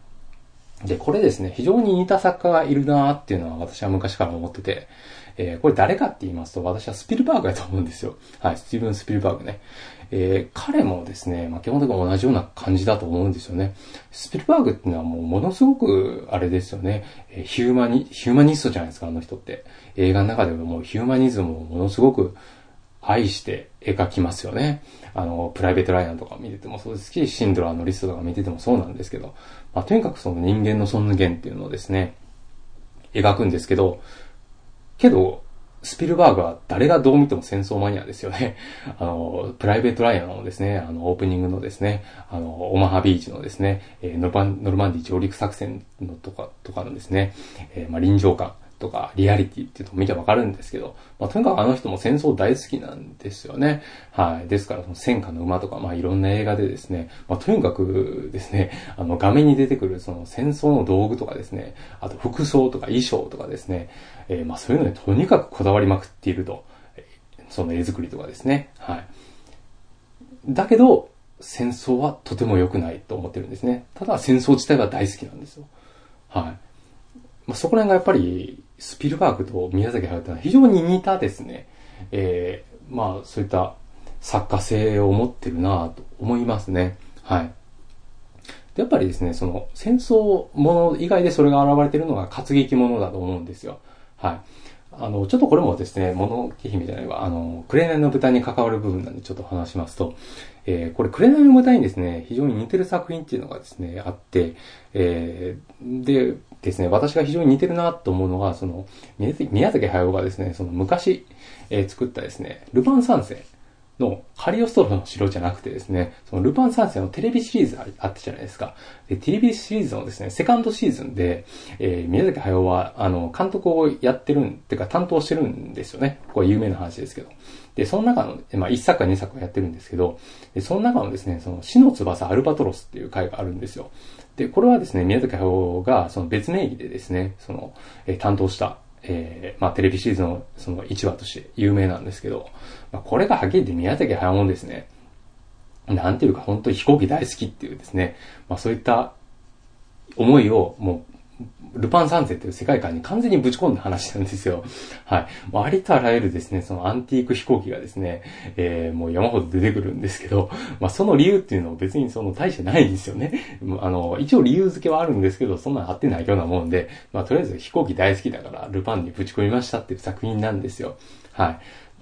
で、これですね、非常に似た作家がいるなーっていうのは私は昔から思ってて、えー、これ誰かって言いますと、私はスピルバーグだと思うんですよ。はい、スティーブン・スピルバーグね。えー、彼もですね、まあ、基本的に同じような感じだと思うんですよね。スピルバーグっていうのはもうものすごく、あれですよね、えー、ヒューマニ、ヒューマニストじゃないですか、あの人って。映画の中でももうヒューマニズムをものすごく愛して描きますよね。あの、プライベートライアンとか見ててもそうですし、シンドラーのリストとか見ててもそうなんですけど、まあ、とにかくその人間の尊厳っていうのをですね、描くんですけど、けど、スピルバーグは誰がどう見ても戦争マニアですよね。あの、プライベートライアンのですね、あの、オープニングのですね、あの、オマハビーチのですね、えー、ノルマン、ノルマンディ上陸作戦のとか、とかのですね、えー、まあ、臨場感とか、リアリティっていうのを見てわかるんですけど、まあ、とにかくあの人も戦争大好きなんですよね。はい。ですから、その戦火の馬とか、まあ、いろんな映画でですね、まあ、とにかくですね、あの、画面に出てくるその戦争の道具とかですね、あと服装とか衣装とかですね、えー、まあ、そういうのにとにかくこだわりまくっていると。その絵作りとかですね。はい。だけど、戦争はとても良くないと思ってるんですね。ただ、戦争自体は大好きなんですよ。はい。まあ、そこら辺がやっぱり、スピルバーグと宮崎駿というのは非常に似たですね、えー、まあ、そういった作家性を持ってるなと思いますね。はい。 で、やっぱりですね、その戦争もの以外でそれが現れているのが活劇ものだと思うんですよ。はい。あの、ちょっとこれもですね、物のけ姫じゃないわ、あの、紅の豚に関わる部分なんでちょっと話しますと、えー、これ紅の豚にですね、非常に似てる作品っていうのがですね、あって、えー、でですね、私が非常に似てるなと思うのが、その、宮崎、宮崎駿がですね、その昔、えー、作ったですね、ルパン三世のカリオストロの城じゃなくてですね、そのルパン三世のテレビシリーズあったじゃないですか。で、テレビシリーズのですね、セカンドシーズンで、えー、宮崎駿は、あの、監督をやってるん、ってか担当してるんですよね。これ有名な話ですけど。で、その中の、まあ、いっさくかにさくやってるんですけど、で、その中のですね、その、死の翼アルバトロスっていう回があるんですよ。で、これはですね、宮崎駿が、その別名義でですね、その、えー、担当した、えー、まあ、テレビシリーズの、その一話として有名なんですけど、まあ、これがはっきり言って宮崎駿もですね、なんていうか本当に飛行機大好きっていうですね、まあそういった思いをもう、ルパン三世っていう世界観に完全にぶち込んだ話なんですよ。はい。ありとあらゆるですね、そのアンティーク飛行機がですね、えー、もう山ほど出てくるんですけど、まあその理由っていうのは別にその大してないんですよね。あの、一応理由付けはあるんですけど、そんなの合ってないようなもんで、まあとりあえず飛行機大好きだからルパンにぶち込みましたっていう作品なんですよ。はい。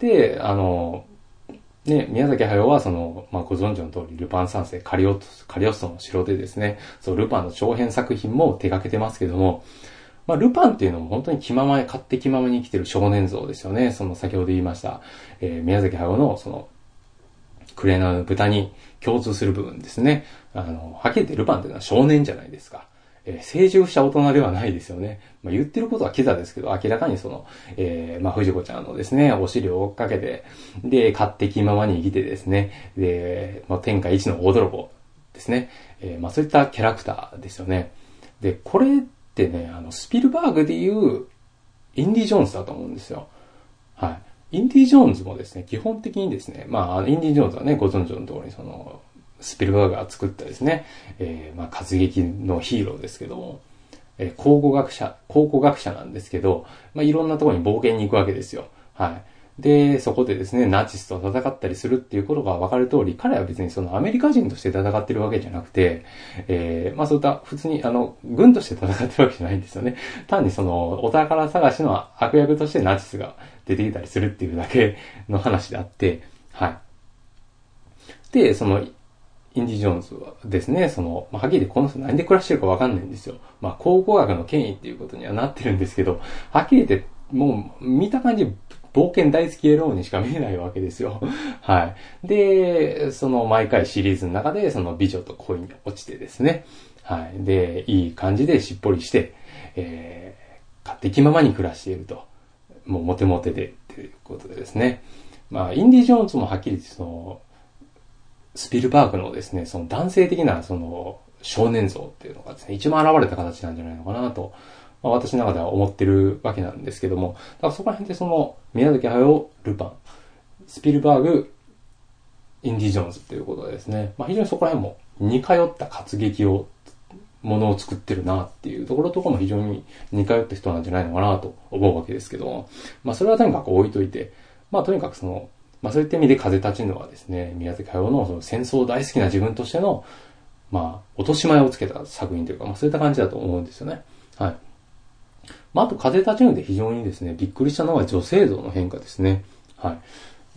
で、あの、ね、宮崎駿はその、まあ、ご存知の通り、ルパン三世カリオス、カリオストの城でですね、そう、ルパンの長編作品も手掛けてますけども、まあ、ルパンっていうのも本当に気ままに、勝手気ままに生きてる少年像ですよね。その先ほど言いました、えー、宮崎駿のその、紅の豚に共通する部分ですね。あの、はっきり言ってルパンっていうのは少年じゃないですか。えー、成熟した大人ではないですよね。まあ、言ってることはキザですけど、明らかにその、えー、まあ、藤子ちゃんのですね、お尻を追っかけて、で、勝手気ままに生きてですね、で、まあ、天下一の大泥棒ですね。えー、まあ、そういったキャラクターですよね。で、これってね、あの、スピルバーグでいう、インディ・ジョーンズだと思うんですよ。はい。インディ・ジョーンズもですね、基本的にですね、まあ、インディ・ジョーンズはね、ご存知の通り、その、スピルバーグが作ったですね、えー、まあ、活劇のヒーローですけども、えー、考古学者、考古学者なんですけど、まあ、いろんなところに冒険に行くわけですよ。はい。で、そこでですね、ナチスと戦ったりするっていうことが分かる通り、彼は別にそのアメリカ人として戦ってるわけじゃなくて、えー、まあそういった普通にあの、軍として戦ってるわけじゃないんですよね。単にその、お宝探しの悪役としてナチスが出てきたりするっていうだけの話であって、はい。で、その、インディ・ジョーンズはですね、その、まあ、はっきり言ってこの人何で暮らしてるかわかんないんですよ。まあ、考古学の権威っていうことにはなってるんですけど、はっきり言って、もう、見た感じ、冒険大好きエローにしか見えないわけですよ。はい。で、その毎回シリーズの中で、その美女と恋に落ちてですね、はい。で、いい感じでしっぽりして、えー、勝手気ままに暮らしていると。もうモテモテで、っていうことでですね。まあ、インディ・ジョーンズもはっきり言って、その、スピルバーグのですね、その男性的なその少年像っていうのがですね、一番現れた形なんじゃないのかなと、まあ、私の中では思ってるわけなんですけども、だからそこら辺でその宮崎駿、ルパン、スピルバーグ、インディ・ジョーンズっていうことでですね、まあ非常にそこら辺も似通った活劇を、ものを作ってるなっていうところとかも非常に似通った人なんじゃないのかなと思うわけですけど、まあそれはとにかく置いといて、まあとにかくその、まあそういった意味で風立ちぬはですね、宮崎駿のその戦争大好きな自分としての、まあ落とし前をつけた作品というか、まあそういった感じだと思うんですよね。はい。まああと風立ちぬで非常にですね、びっくりしたのは女性像の変化ですね。はい。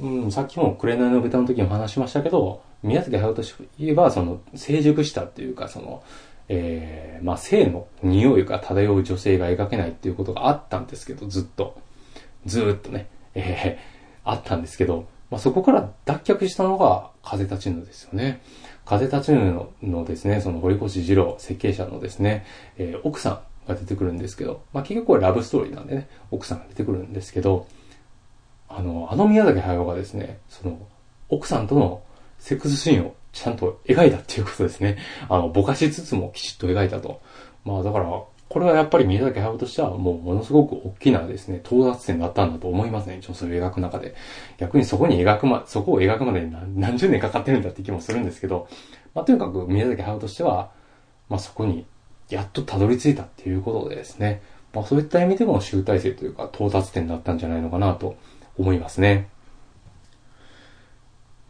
うん、さっきも紅の豚の時も話しましたけど、宮崎駿として言えば、その成熟したっていうか、その、えー、まあ性の匂いが漂う女性が描けないっていうことがあったんですけど、ずっと。ずーっとね。えーあったんですけど、まあ、そこから脱却したのが風立ちぬですよね。風立ちぬののですね、その堀越二郎設計者のですね、えー、奥さんが出てくるんですけど、まあ、結局これラブストーリーなんでね、奥さんが出てくるんですけど、あの、あの宮崎駿がですね、その、奥さんとのセックスシーンをちゃんと描いたっていうことですね。あの、ぼかしつつもきちっと描いたと。まあだから、これはやっぱり宮崎駿としてはもうものすごく大きなですね、到達点だったんだと思いますね。女性を描く中で。逆にそこに描くま、そこを描くまでに何何十年かかってるんだって気もするんですけど、まあとにかく宮崎駿としては、まあそこにやっとたどり着いたっていうことでですね、まあそういった意味でも集大成というか到達点だったんじゃないのかなと思いますね。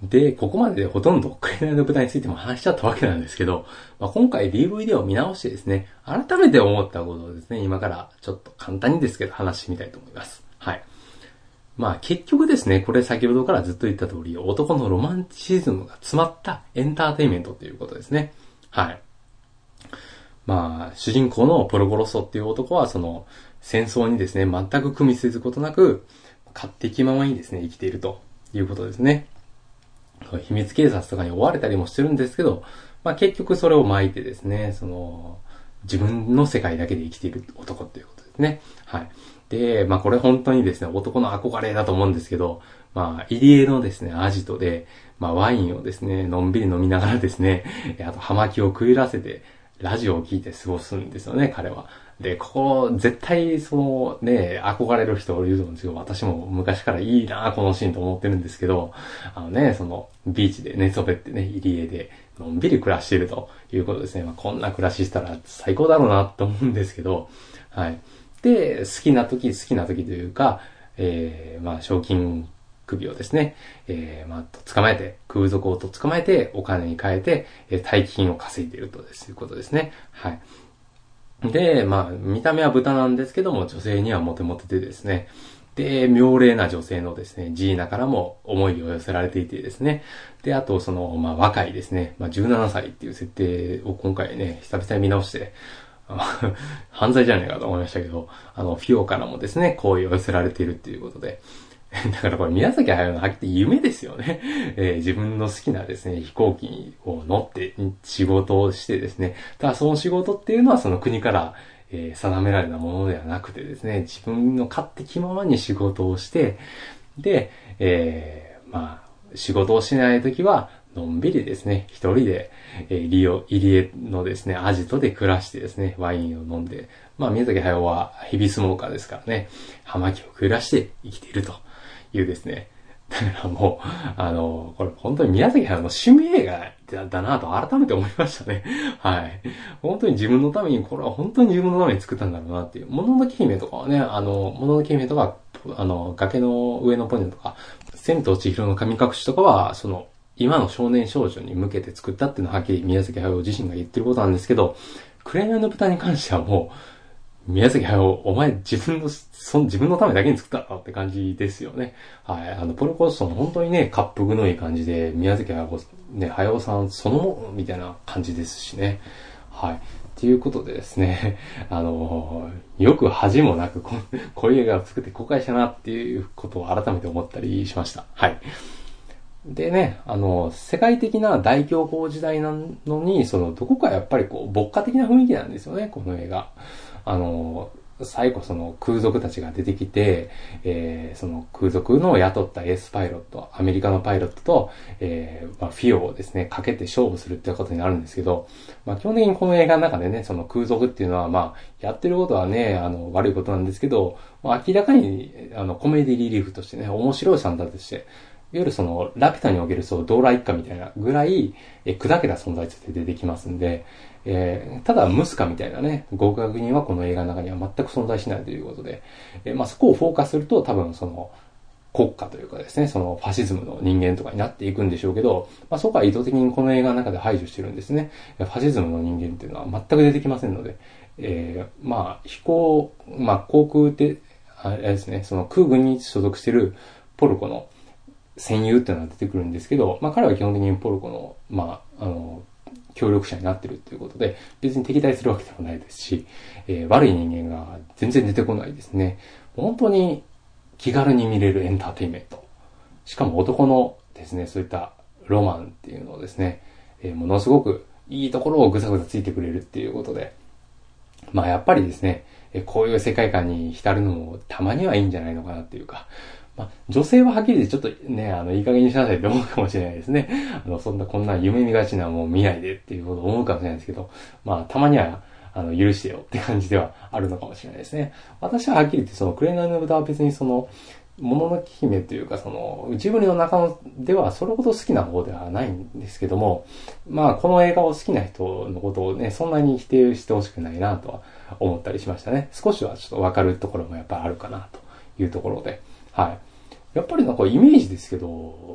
で、ここまででほとんど紅の豚についても話しちゃったわけなんですけど、まあ、今回 ディーブイディー を見直してですね、改めて思ったことをですね、今からちょっと簡単にですけど話してみたいと思います。はい。まあ結局ですね、これ先ほどからずっと言った通り、男のロマンチシズムが詰まったエンターテインメントっていうことですね。はい。まあ、主人公のポルコロッソっていう男は、その、戦争にですね、全く組み捨てることなく、勝手気ままにですね、生きているということですね。秘密警察とかに追われたりもしてるんですけど、まあ結局それを巻いてですね、その、自分の世界だけで生きている男っていうことですね。はい。で、まあこれ本当にですね、男の憧れだと思うんですけど、まあ、入江のですね、アジトで、まあワインをですね、のんびり飲みながらですね、あと葉巻を食いらせて、ラジオを聞いて過ごすんですよね、彼は。で、ここ、絶対、そのね、憧れる人いると思うんですけど、私も昔からいいなこのシーンと思ってるんですけど、あのね、その、ビーチで寝そべってね、入江で、のんびり暮らしているということですね。まあ、こんな暮らししたら最高だろうなと思うんですけど、はい。で、好きな時、好きな時というか、えー、まあ、賞金首をですね、えー、まあ、捕まえて、空賊をと捕まえて、お金に変えて、えー、大金を稼いでいるということですね。はい。で、まあ、見た目は豚なんですけども、女性にはモテモテでですね、で、妙齢な女性のですね、ジーナからも思いを寄せられていてですね、で、あと、その、まあ、若いですね、まあ、じゅうななさいっていう設定を今回ね、久々に見直して、犯罪じゃないかと思いましたけど、あの、フィオからもですね、好意を寄せられているっていうことで、だからこれ宮崎駿のはっきり夢ですよね。えー、自分の好きなですね、飛行機を乗って仕事をしてですね。ただその仕事っていうのはその国から、えー、定められたものではなくてですね、自分の勝手気ままに仕事をして、で、えー、まあ、仕事をしないときは、のんびりですね、一人で、えー、リオ、入江のですね、アジトで暮らしてですね、ワインを飲んで、まあ、宮崎駿はヘビースモーカーですからね、葉巻を暮らして生きていると。いうですね。だからもう、あの、これ本当に宮崎駿の趣味映画だだなと改めて思いましたね。はい。本当に自分のために、これは本当に自分のために作ったんだろうなっていう。もののけ姫とかはね、あの、もののけ姫とか、あの、崖の上のポニョとか、千と千尋の神隠しとかは、その、今の少年少女に向けて作ったっていうのははっきり宮崎駿自身が言ってることなんですけど、紅の豚に関してはもう、宮崎駿、お前自分の、その自分のためだけに作ったのって感じですよね。はい。あの、ポルコッソの本当にね、滑覆のいい感じで、宮崎駿、ね、駿さんそのものみたいな感じですしね。はい。ということでですね、あの、よく恥もなくこ、こういう映画を作って公開したなっていうことを改めて思ったりしました。はい。でね、あの、世界的な大恐慌時代なのに、その、どこかやっぱりこう、牧歌的な雰囲気なんですよね、この映画。あの、最後その空賊たちが出てきて、えー、その空賊の雇ったエースパイロット、アメリカのパイロットと、えー、まあ、フィオをですね、かけて勝負するってことになるんですけど、まあ、基本的にこの映画の中でね、その空賊っていうのは、まあ、やってることはね、あの、悪いことなんですけど、まあ、明らかに、あの、コメディリリーフとしてね、面白いサンダーとして、いわゆるその、ラピュタにおけるそう、ドーラ一家みたいなぐらい、え、砕けた存在として出てきますんで、えー、ただ、ムスカみたいなね、合格人はこの映画の中には全く存在しないということで、えー、まあ、そこをフォーカスすると多分その、国家というかですね、そのファシズムの人間とかになっていくんでしょうけど、まあ、そこは意図的にこの映画の中で排除してるんですね。ファシズムの人間っていうのは全く出てきませんので、えー、まあ、飛行、まあ、航空って、あれですね、その空軍に所属しているポルコの戦友っていうのが出てくるんですけど、まあ彼は基本的にポルコの、まあ、あの、協力者になってるっていうことで、別に敵対するわけでもないですし、えー、悪い人間が全然出てこないですね。本当に気軽に見れるエンターテインメント。しかも男のですね、そういったロマンっていうのをですね、えー、ものすごくいいところをぐさぐさついてくれるっていうことで、まあやっぱりですね、こういう世界観に浸るのもたまにはいいんじゃないのかなっていうか、まあ、女性ははっきりちょっとね、あの、いい加減にしなさいって思うかもしれないですね。あの、そんな、こんな夢見がちなもう見ないでっていうことを思うかもしれないですけど、まあ、たまには、あの、許してよって感じではあるのかもしれないですね。私ははっきり言って、その、紅の豚は別にその、もののけ姫というか、その、ジブリの中ではそれほど好きな方ではないんですけども、まあ、この映画を好きな人のことをね、そんなに否定してほしくないなとは思ったりしましたね。少しはちょっとわかるところもやっぱあるかなというところで。はい。やっぱりなんかイメージですけど、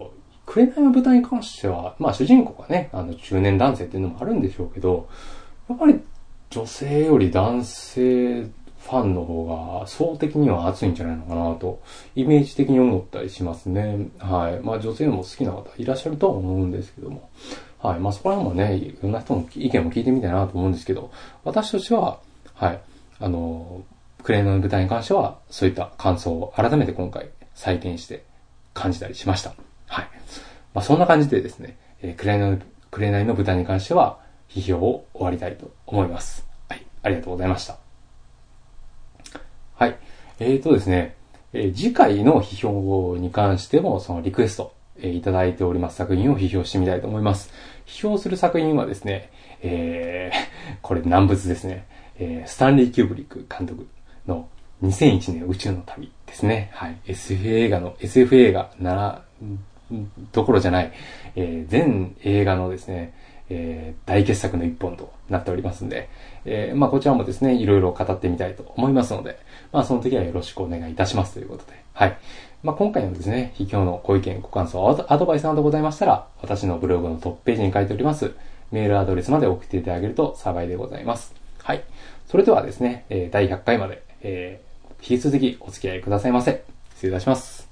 紅の豚に関しては、まあ主人公がね、あの中年男性っていうのもあるんでしょうけど、やっぱり女性より男性ファンの方が層的には熱いんじゃないのかなと、イメージ的に思ったりしますね。はい。まあ女性も好きな方いらっしゃるとは思うんですけども。はい。まあそこら辺もね、いろんな人の意見も聞いてみたいなと思うんですけど、私としては、はい。あの、紅の豚に関しては、そういった感想を改めて今回採点して感じたりしました。はい。まあそんな感じでですね、えー、紅の、紅の豚に関しては、批評を終わりたいと思います。はい。ありがとうございました。はい。えーとですね、えー、次回の批評に関しても、そのリクエスト、えー、いただいております作品を批評してみたいと思います。批評する作品はですね、えー、これ難物ですね。えー、スタンリー・キューブリック監督のにせんいちねん宇宙の旅ですね。はい。エスエフ 映画の、エスエフ 映画なら、どころじゃない、えー、全映画のですね、えー、大傑作の一本となっておりますんで、えー、まあこちらもですね、いろいろ語ってみたいと思いますので、まあその時はよろしくお願いいたしますということで、はい。まあ今回のですね、批評のご意見、ご感想、アドバイスなどございましたら、私のブログのトップページに書いております、メールアドレスまで送っていただけると幸いでございます。はい。それではですね、だいひゃっかいまで、えー、引き続きお付き合いくださいませ。失礼いたします。